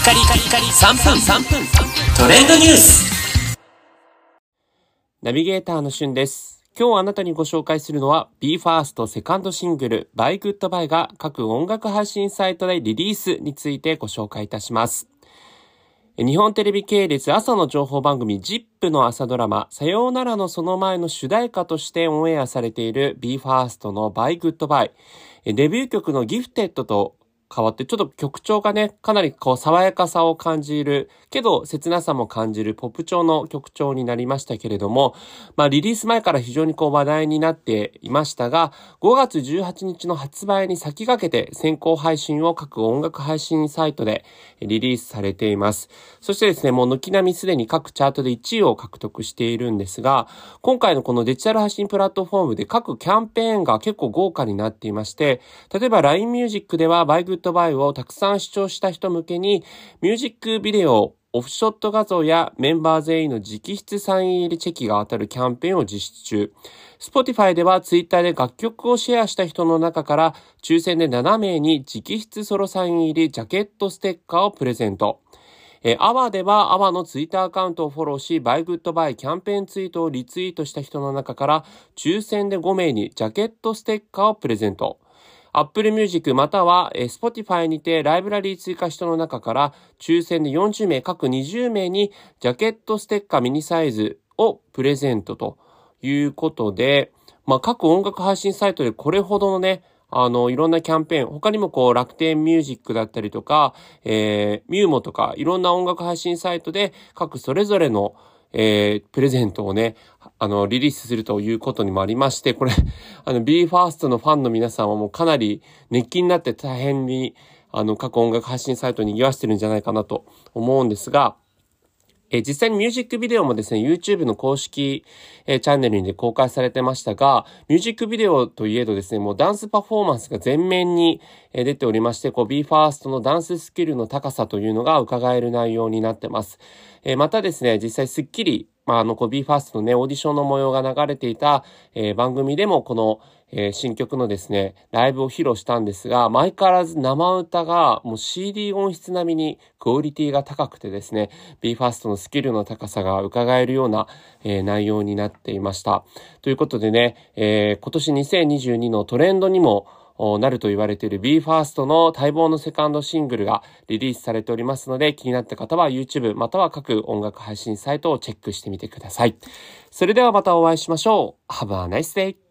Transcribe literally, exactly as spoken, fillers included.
カリカリカリさんぷんさんぷんトレンドニュース。 ナビゲーターのしゅんです。今日あなたにご紹介するのは ビーファースト セカンドシングル By Goodbye が各音楽配信サイトでリリースについてご紹介いたします。日本テレビ系列朝の情報番組 ジップ の朝ドラマさようならのその前の主題歌としてオンエアされている ビーファースト の By Goodbye。デビュー曲の Gifted と変わってちょっと曲調がね、かなりこう爽やかさを感じるけど切なさも感じるポップ調の曲調になりましたけれども、まあリリース前から非常にこう話題になっていましたが、ごがつじゅうはちにちの発売に先駆けて先行配信を各音楽配信サイトでリリースされています。そしてですね、もう軒並みすでに各チャートでいちいを獲得しているんですが、今回のこのデジタル配信プラットフォームで各キャンペーンが結構豪華になっていまして、例えば ライン ミュージックでは By Goodbye をたくさん視聴した人向けにミュージックビデオ、オフショット画像やメンバー全員の直筆サイン入りチェキが当たるキャンペーンを実施中。Spotify では Twitter で楽曲をシェアした人の中から抽選でななめいに直筆ソロサイン入りジャケットステッカーをプレゼント。えー、アワではアワのツイッターアカウントをフォローし、By Goodbye キャンペーンツイートをリツイートした人の中から抽選でごめいにジャケットステッカーをプレゼント。Apple Music または Spotify にてライブラリー追加人の中から抽選でよんじゅうめい各にじゅうめいにジャケットステッカーミニサイズをプレゼントということで、まあ各音楽配信サイトでこれほどのね、あのいろんなキャンペーン、他にもこう楽天ミュージックだったりとか、えー、ミューモとかいろんな音楽配信サイトで各それぞれのえー、プレゼントをね、あの、リリースするということにもありまして、これ、あの、ビーファースト のファンの皆さんはもうかなり熱気になって大変に、あの、各音楽配信サイトに賑わしてるんじゃないかなと思うんですが、え実際にミュージックビデオもですね、YouTube の公式、えチャンネルに公開されてましたが、ミュージックビデオといえどですね、もうダンスパフォーマンスが前面に、え出ておりまして、こう ビーファースト のダンススキルの高さというのが伺える内容になってます。えまたですね、実際スッキリ、まあ、あの、こう ビーファースト のね、オーディションの模様が流れていた、えー、番組でもこの、えー、新曲のですね、ライブを披露したんですが、相変わらず生歌がもう シーディー 音質並みにクオリティが高くてですね、ビーファースト のスキルの高さが伺えるような、えー、内容になっていました。ということでね、えー、今年にせんにじゅうにのトレンドにもなると言われている ビーファースト の待望のセカンドシングルがリリースされておりますので、気になった方は YouTube または各音楽配信サイトをチェックしてみてください。それではまたお会いしましょう。Have a nice day!